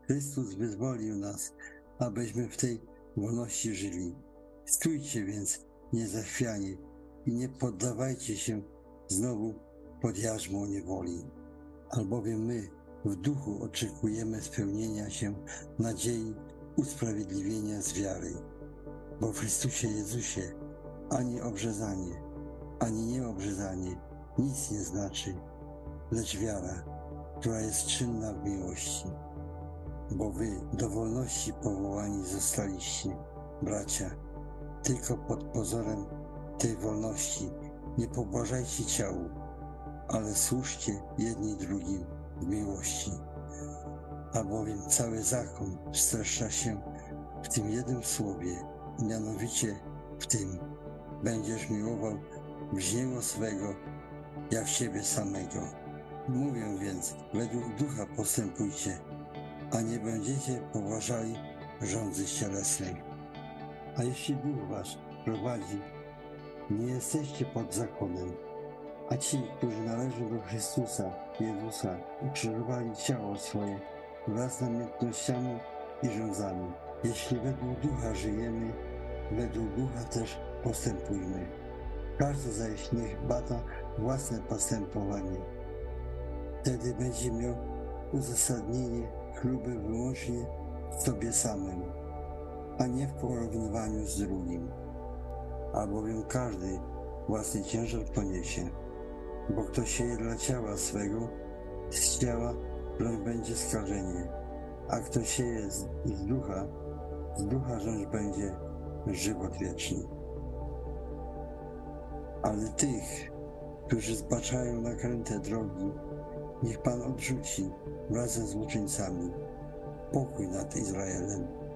Chrystus wyzwolił nas, abyśmy w tej wolności żyli. Stójcie więc niezachwiani i nie poddawajcie się znowu pod jarzmo niewoli. Albowiem my w duchu oczekujemy spełnienia się nadziei usprawiedliwienia z wiary. Bo w Chrystusie Jezusie ani obrzezanie, ani nieobrzezanie nic nie znaczy, lecz wiara, która jest czynna w miłości. Bo wy do wolności powołani zostaliście, bracia, tylko pod pozorem tej wolności nie pobłażajcie ciału, ale służcie jedni drugim w miłości. Albowiem cały zakon streszcza się w tym jednym słowie, mianowicie w tym: będziesz miłował bliźniego swego jak siebie samego. Mówię więc, według ducha postępujcie, a nie będziecie pobłażali żądzy cielesnej. A jeśli duch was prowadzi, nie jesteście pod zakonem. A ci, którzy należą do Chrystusa Jezusa, ukrzyżowali ciało swoje wraz z namiętnościami i rządzami. Jeśli według ducha żyjemy, według ducha też postępujmy. Każdy zaś niech bada własne postępowanie. Wtedy będzie miał uzasadnienie chluby wyłącznie w sobie samym, a nie w porównywaniu z drugim. Albowiem każdy własny ciężar poniesie. Bo kto sieje dla ciała swego, z ciała rządź będzie skażenie, a kto sieje z ducha rządź będzie żywot wieczny. Ale tych, którzy zbaczają nakręte drogi, niech Pan odrzuci wraz ze złoczyńcami. Pokój nad Izraelem.